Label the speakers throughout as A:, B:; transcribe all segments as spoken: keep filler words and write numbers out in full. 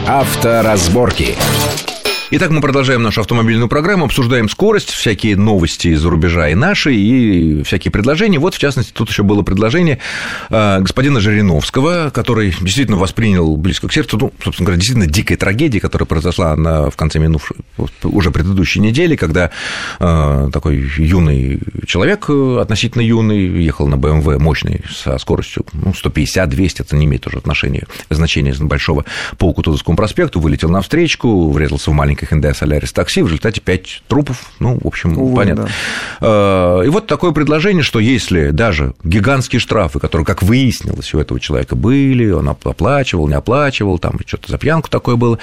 A: Авторазборки. Итак, мы продолжаем нашу автомобильную программу, обсуждаем скорость, всякие новости из-за рубежа и наши, и всякие предложения. Вот, в частности, тут еще было предложение господина Жириновского, который действительно воспринял близко к сердцу, ну, собственно говоря, действительно дикая трагедия, которая произошла на, в конце минувшей, уже предыдущей недели, когда э, такой юный человек, относительно юный, ехал на бэ эм вэ мощный со скоростью ну, сто пятьдесят - двести, это не имеет тоже отношения, значения большого, по Кутузовскому проспекту, вылетел навстречку, врезался в маленький Hyundai Solaris такси, в результате пять трупов, ну, в общем, Увы, понятно. Да. И вот такое предложение, что если даже гигантские штрафы, которые, как выяснилось, у этого человека были, он оплачивал, не оплачивал, там что-то за пьянку такое было,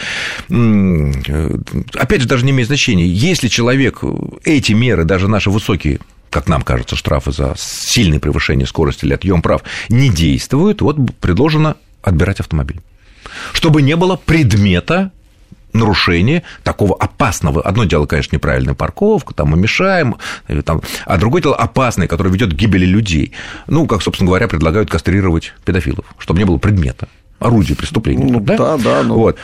A: опять же, даже не имеет значения, если человек, эти меры, даже наши высокие, как нам кажется, штрафы за сильное превышение скорости или отъем прав, не действуют, вот предложено отбирать автомобиль, чтобы не было предмета нарушение такого опасного. Одно дело, конечно, неправильная парковка, там мы мешаем, там, а другое дело опасное, которое ведет к гибели людей. Ну, как, собственно говоря, предлагают кастрировать педофилов, чтобы не было предмета, орудия преступления.
B: Ну, да, да, да. Ну...
A: Вот.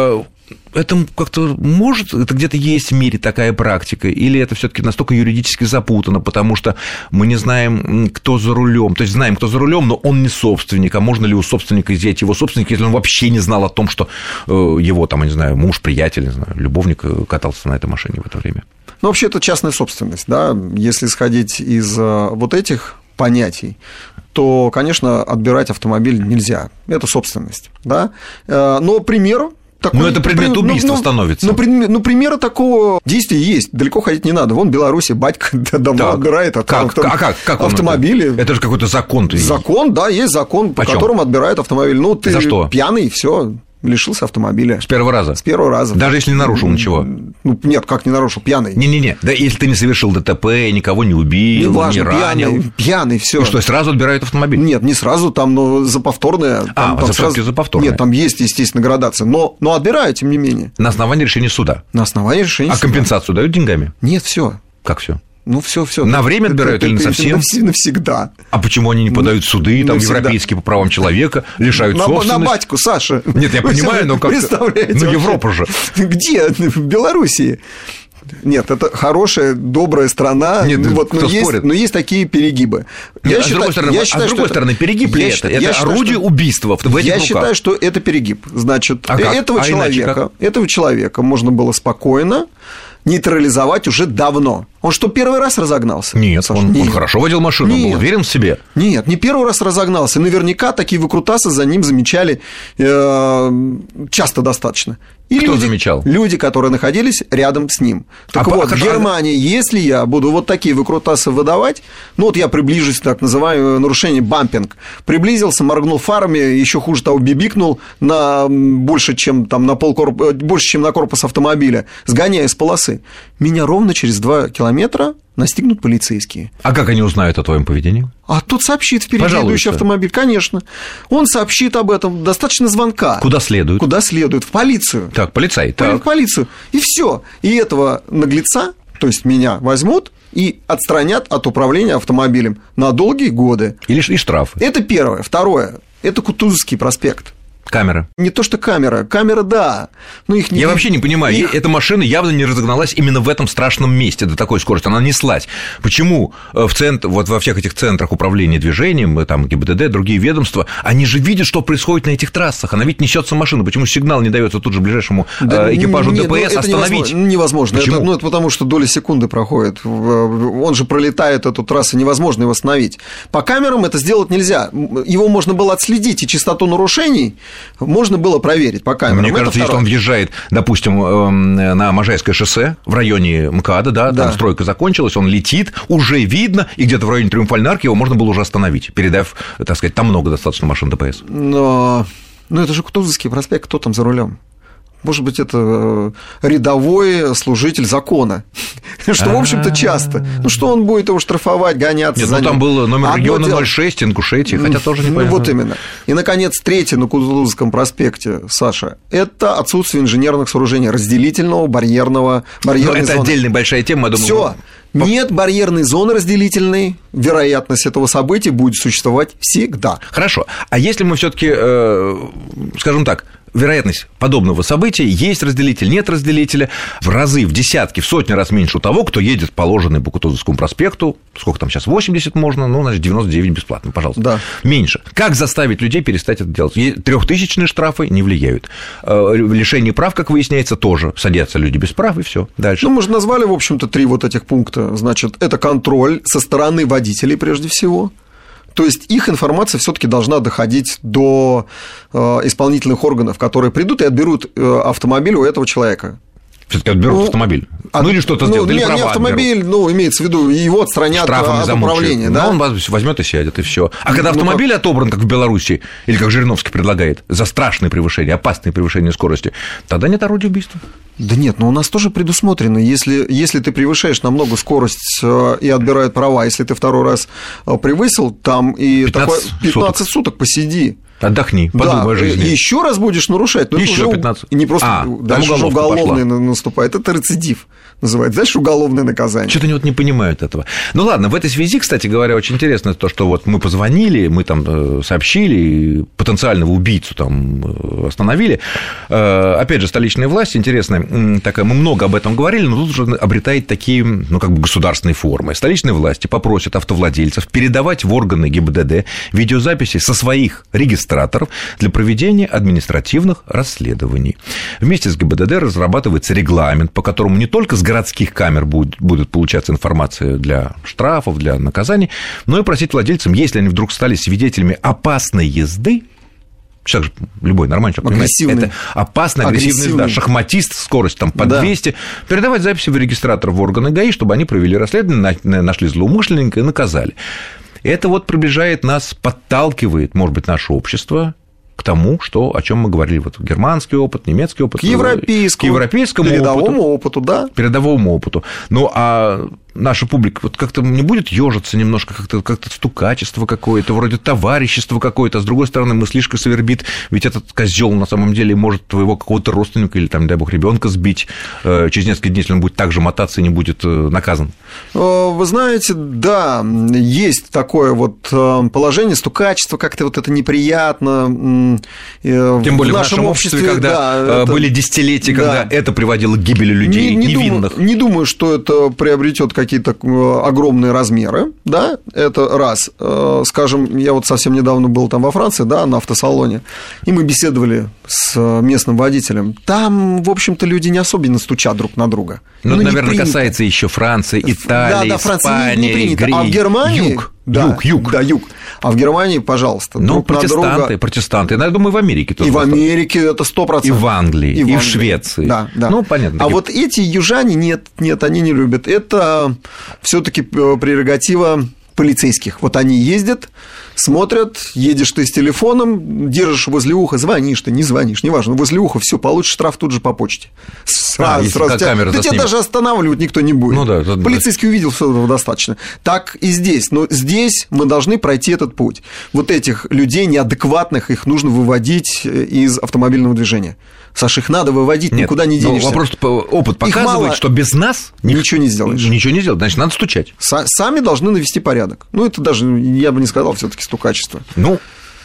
A: Это как-то может, это где-то есть в мире такая практика, или это все-таки настолько юридически запутано, потому что мы не знаем, кто за рулем, то есть знаем, кто за рулем, но он не собственник, а можно ли у собственника изъять его собственника, если он вообще не знал о том, что его, там, я не знаю, муж, приятель, не знаю, любовник катался на этой машине в это время.
B: Ну, вообще, это частная собственность, да, если исходить из вот этих понятий, то, конечно, отбирать автомобиль нельзя, это собственность, да, но пример... Такой,
A: но это предмет убийства ну, становится.
B: Ну, ну, ну, примеры такого действия есть. Далеко ходить не надо. Вон в Беларуси батька давно
A: так.
B: отбирает от,
A: как?
B: Авто...
A: А как? Как
B: автомобили.
A: Это? это же какой-то закон.
B: Закон, да, есть закон, по которому отбирают автомобиль. Ну, ты
A: За что?
B: Пьяный, все. Лишился автомобиля.
A: С первого раза?
B: С первого раза.
A: Даже если не нарушил ничего?
B: Ну, нет, как не нарушил, пьяный.
A: Не-не-не, да если ты не совершил ДТП, никого не убил, не, важно, не ранил.
B: Пьяный, пьяный, все.
A: И что, сразу отбирают автомобиль?
B: Нет, не сразу, там, но за повторное.
A: А,
B: там, там
A: за,
B: сразу...
A: за повторное.
B: Нет, там есть, естественно, градация, но, но отбирают, тем не менее.
A: На основании решения суда?
B: На основании решения
A: а
B: суда. А
A: компенсацию дают деньгами?
B: Нет, все.
A: Как все?
B: Ну, все, все.
A: На время отбирают или совсем?
B: Навсегда.
A: А почему они не подают в суды, там, европейские по правам человека, лишают
B: на,
A: собственности?
B: На батьку, Саша.
A: Нет, я понимаю, но как...
B: Представляете?
A: Ну, Европа же.
B: Где? В Белоруссии. Нет, это хорошая, добрая страна.
A: Нет,
B: вот, но, есть, но есть такие перегибы.
A: Нет, я а, считаю, с другой стороны, я считаю, а с другой стороны, перегиб ли это? Это
B: считаю,
A: орудие
B: что...
A: убийства в этих
B: Я
A: руках.
B: считаю, что это перегиб. Значит,
A: а
B: этого,
A: а
B: человека, этого человека можно было спокойно нейтрализовать уже давно. Он что, первый раз разогнался?
A: Нет,
B: Саша?
A: он,
B: Нет.
A: он хорошо водил машину,
B: Нет.
A: он был уверен в себе.
B: Нет, не первый раз разогнался. Наверняка такие выкрутасы за ним замечали э, часто достаточно. И
A: Кто
B: люди,
A: замечал?
B: Люди, которые находились рядом с ним. Так
A: а
B: вот,
A: по...
B: в Германии, если я буду вот такие выкрутасы выдавать, ну вот я приближусь к так называемому нарушению бампинг, приблизился, моргнул фарами, еще хуже того, бибикнул на больше, чем там на полкорпуса, больше, чем на корпус автомобиля, сгоняя с полосы, меня ровно через два километра настигнут полицейские.
A: А как они узнают о твоем поведении?
B: А тот сообщит впереди
A: Пожалуйста.
B: идущий автомобиль, конечно. Он сообщит об этом, достаточно звонка.
A: Куда следует?
B: Куда следует? В полицию.
A: Так, полицай. Так.
B: В полицию. И все. И этого наглеца, то есть меня, возьмут и отстранят от управления автомобилем на долгие годы.
A: Или и штрафы.
B: Это первое. Второе. Это Кутузовский проспект.
A: Камера.
B: Не то, что камера. Камера, да. Но их не...
A: Я вообще не понимаю.
B: Их...
A: Эта машина явно не разогналась именно в этом страшном месте до такой скорости. Она неслась. Почему в центр, вот во всех этих центрах управления движением, там ГИБДД, другие ведомства, они же видят, что происходит на этих трассах. Она ведь несется машина. Почему сигнал не дается тут же ближайшему да, экипажу
B: нет,
A: ДПС
B: ну,
A: остановить?
B: Невозможно. невозможно.
A: Почему?
B: Это, ну, это потому, что доля секунды проходит. Он же пролетает эту трассу, невозможно его остановить. По камерам это сделать нельзя. Его можно было отследить, и частоту нарушений можно было проверить по камерам.
A: Мне кажется, если он въезжает, допустим, на Можайское шоссе в районе МКАДа, да,
B: да,
A: там стройка закончилась, он летит, уже видно, и где-то в районе Триумфальной арки его можно было уже остановить, передав, так сказать, там много достаточно машин ДПС.
B: Но, ну, это же Кутузовский проспект, кто там за рулем? Может быть, это рядовой служитель закона, что, в общем-то, часто. Ну, что он будет его штрафовать, гоняться за ним?
A: Нет, ну, там был номер региона ноль шесть, Ингушетия, хотя тоже не понятно.
B: Ну, вот именно. И, наконец, третье на Кутузовском проспекте, Саша, это отсутствие инженерных сооружений, разделительного, барьерного, барьерной зоны.
A: Это отдельная большая тема, я думаю.
B: Всё. Нет барьерной зоны разделительной, вероятность этого события будет существовать всегда.
A: Хорошо. А если мы все-таки, скажем так, вероятность подобного события, есть разделитель, нет разделителя, в разы, в десятки, в сотни раз меньше у того, кто едет по ложенной по Кутузовскому проспекту, сколько там сейчас, восемьдесят можно, ну, значит, девяносто девять бесплатно, пожалуйста. Да. Меньше. Как заставить людей перестать это делать? Трехтысячные штрафы не влияют. Лишение прав, как выясняется, тоже. Садятся люди без прав, и все. Дальше.
B: Ну, мы же назвали, в общем-то, три вот этих пункта. Значит, это контроль со стороны водителей, прежде всего. То есть их информация все-таки должна доходить до э, исполнительных органов, которые придут и отберут э, автомобиль у этого человека.
A: Все-таки отберут ну, автомобиль. От... Ну или что-то ну, сделают, или
B: не,
A: права
B: не автомобиль,
A: отберут.
B: Ну, имеется в виду, его отстранят от управления. Да?
A: Но он возьмет и сядет, и все. А когда автомобиль ну, как... отобран, как в Беларуси, или как Жириновский предлагает, за страшное превышение, опасное превышение скорости, тогда нет орудия убийства.
B: Да нет, но у нас тоже предусмотрено, если, если ты превышаешь намного скорость и отбирают права, если ты второй раз превысил, там и пятнадцать, пятнадцать суток. суток посиди.
A: Отдохни, подумай
B: да,
A: о жизни.
B: Еще раз будешь нарушать, но
A: еще
B: это
A: пятнадцать.
B: Не просто а, дальше уже уголовное наступает, это рецидив называется, дальше уголовное наказание.
A: Что-то они вот не понимают этого. Ну ладно, в этой связи, кстати говоря, очень интересно то, что вот мы позвонили, мы там сообщили, потенциального убийцу там остановили. Опять же, столичные власти, интересно, такая, мы много об этом говорили, но тут уже обретает такие, ну, как бы государственные формы. Столичные власти попросят автовладельцев передавать в органы ГИБДД видеозаписи со своих регистраторов для проведения административных расследований. Вместе с ГИБДД разрабатывается регламент, по которому не только с городских камер будет, будет получаться информация для штрафов, для наказаний, но и просить владельцам, если они вдруг стали свидетелями опасной езды, сейчас же любой нормальный человек понимает, это опасная агрессивная езда, шахматист, скорость там под да. двести, передавать записи в регистратор в органы ГАИ, чтобы они провели расследование, нашли злоумышленника и наказали. Это вот приближает нас, подталкивает, может быть, наше общество к тому, что, о чем мы говорили, вот германский опыт, немецкий опыт,
B: к европейскому,
A: к европейскому
B: передовому
A: опыту,
B: опыту, да,
A: передовому опыту. Ну а наша публика вот как-то не будет ёжиться немножко, как-то, как-то стукачество какое-то, вроде товарищество какое-то, а с другой стороны мыслишка свербит, ведь этот козел на самом деле может твоего какого-то родственника или, там, дай бог, ребенка сбить через несколько дней, если он будет так же мотаться и не будет наказан.
B: Вы знаете, да, есть такое вот положение, стукачество, как-то вот это неприятно.
A: Тем более в нашем, в нашем обществе, обществе когда да, были это... десятилетия, когда да. это приводило к гибели людей не, не невинных.
B: Думаю, не думаю, что это приобретет какие-то огромные размеры, да, это раз. Скажем, я вот совсем недавно был там во Франции, да, на автосалоне, и мы беседовали с местным водителем. Там, в общем-то, люди не особенно стучат друг на друга.
A: Ну, ну наверное, касается еще Франции, Италии, да, да, Испании, не, не Гречии.
B: А в Германии...
A: Юг.
B: Да,
A: юг, юг.
B: Да, юг. А в Германии, пожалуйста,
A: ну,
B: друг
A: протестанты,
B: на друга...
A: протестанты. Я думаю, в Америке тоже.
B: И в Америке это сто процентов.
A: И в Англии, и в, и в Швеции.
B: Да, да.
A: Ну, понятно.
B: А
A: такие...
B: вот эти южане, нет, нет, они не любят. Это все-таки прерогатива полицейских. Вот они ездят, смотрят, едешь ты с телефоном, держишь возле уха, звонишь ты, не звонишь, неважно, возле уха, все, получишь штраф тут же по почте. Сразу,
A: а,
B: сразу тебя, да тебя даже останавливать никто не будет.
A: Ну, да, да,
B: полицейский
A: да.
B: увидел, все достаточно. Так и здесь. Но здесь мы должны пройти этот путь. Вот этих людей неадекватных, их нужно выводить из автомобильного движения. Саша, их надо выводить, Нет, никуда не денешься.
A: Вопрос, опыт показывает, мало... что без нас
B: ничего не сделаешь.
A: Ничего не сделать, значит, надо стучать.
B: С- сами должны навести порядок. Ну, это даже, я бы не сказал, все-таки стукачество.
A: Ну,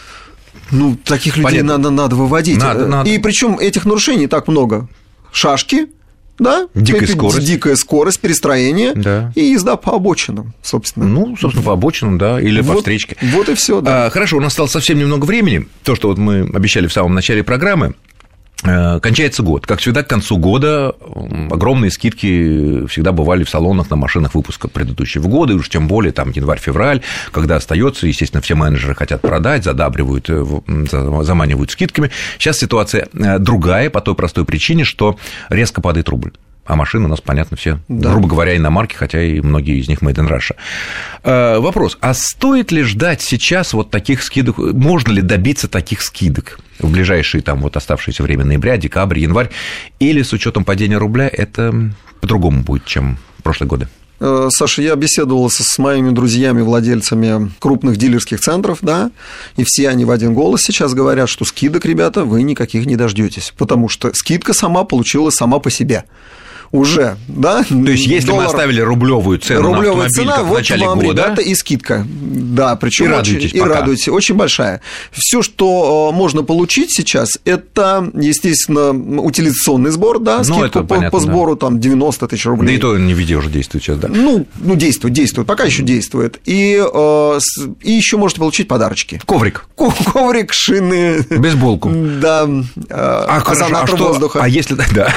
B: ну таких людей надо, надо выводить.
A: Надо, надо.
B: И причем этих нарушений так много. Шашки, да,
A: дикая скорость,
B: дикая скорость, перестроение,
A: да.
B: И езда по обочинам, собственно.
A: Ну, собственно, по обочинам, да, или вот, по встречке.
B: Вот и все. Да.
A: А, хорошо, у нас осталось совсем немного времени. То, что вот мы обещали в самом начале программы. Кончается год. Как всегда, к концу года огромные скидки всегда бывали в салонах на машинах выпуска предыдущего года, и уж тем более там январь-февраль, когда остается, естественно, все менеджеры хотят продать, задабривают, заманивают скидками. Сейчас ситуация другая по той простой причине, что резко падает рубль. А машины у нас, понятно, все, да. грубо говоря, иномарки, хотя и многие из них made in Russia. Э, вопрос, а стоит ли ждать сейчас вот таких скидок, можно ли добиться таких скидок в ближайшие там вот оставшееся время, ноября, декабрь, январь, или с учетом падения рубля это по-другому будет, чем в прошлые годы?
B: Саша, я беседовал с моими друзьями, владельцами крупных дилерских центров, да, и все они в один голос сейчас говорят, что скидок, ребята, вы никаких не дождетесь, потому что скидка сама получилась сама по себе. уже, да?
A: То есть, если доллар, мы оставили рублевую цену рублевая на автомобиль, цена, как в начале
B: вот вам,
A: года...
B: ребята, и скидка. Да, причем
A: и радуйтесь
B: очень, и радуйтесь, очень большая. Все, что можно получить сейчас, это, естественно, утилизационный сбор, да, скидку по, понятно, по сбору, да. Там, девяносто тысяч рублей.
A: Да и то не везде уже действует сейчас, да?
B: Ну, ну действует, действует, пока еще действует. И, э, и еще можете получить подарочки.
A: Коврик.
B: Коврик, шины.
A: Бейсболку.
B: Да,
A: а, а что, воздуха. А если, да,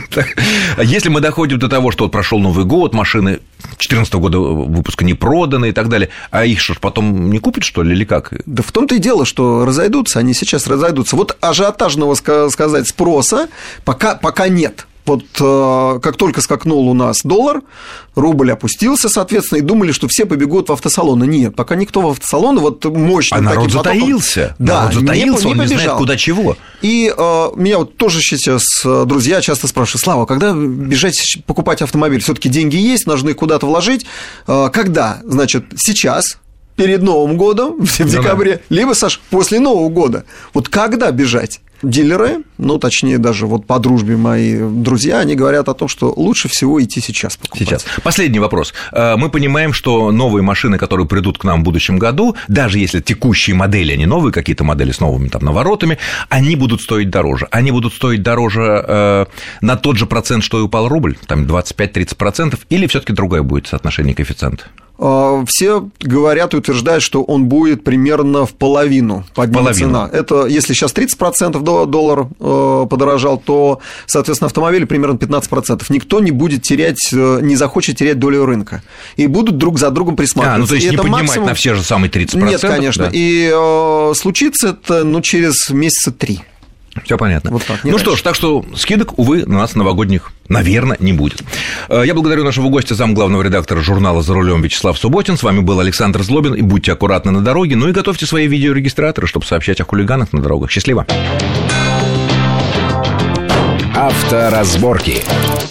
A: а если мы доходим до того, что вот прошел Новый год, машины две тысячи четырнадцатого года выпуска не проданы и так далее, а их что ж потом не купят, что ли, или как?
B: Да в том-то и дело, что разойдутся, они сейчас разойдутся. Вот ажиотажного, сказать, спроса пока, пока нет. Вот э, как только скакнул у нас доллар, рубль опустился, соответственно, и думали, что все побегут в автосалоны. Нет, пока никто в автосалоны вот мощным
A: а народ
B: таким
A: затаился.
B: Потоком, да,
A: народ затаился,
B: не,
A: он
B: не
A: не знает, куда чего.
B: И э, меня вот тоже сейчас друзья часто спрашивают: Слава, когда бежать покупать автомобиль? Все-таки деньги есть, нужно их куда-то вложить. Э, когда? Значит, сейчас, перед Новым годом, в декабре, ну, да. либо, Саш, после Нового года. Вот когда бежать? Дилеры, ну, точнее, даже вот по дружбе мои друзья, они говорят о том, что лучше всего идти сейчас покупать.
A: Сейчас. Последний вопрос. Мы понимаем, что новые машины, которые придут к нам в будущем году, даже если текущие модели, они новые, какие-то модели с новыми там наворотами, они будут стоить дороже. Они будут стоить дороже э, на тот же процент, что и упал рубль, там двадцать пять - тридцать процентов, или все-таки другое будет соотношение коэффициента?
B: Все говорят и утверждают, что он будет примерно в половину поднимется цена. Это если сейчас тридцать процентов доллар подорожал, то, соответственно, автомобили примерно пятнадцать процентов. Никто не будет терять, не захочет терять долю рынка. И будут друг за другом присматриваться.
A: А, ну то есть
B: и
A: не
B: это
A: поднимать
B: максимум...
A: на все же самые тридцать процентов?
B: Нет, конечно. Да. И э, случится это ну, через месяца три.
A: Все понятно.
B: Вот так,
A: ну
B: раньше.
A: Что ж, так что скидок, увы, на нас новогодних, наверное, не будет. Я благодарю нашего гостя, замглавного редактора журнала «За рулем» Вячеслав Субботин. С вами был Александр Злобин. И будьте аккуратны на дороге. Ну и готовьте свои видеорегистраторы, чтобы сообщать о хулиганах на дорогах. Счастливо.
C: Авторазборки.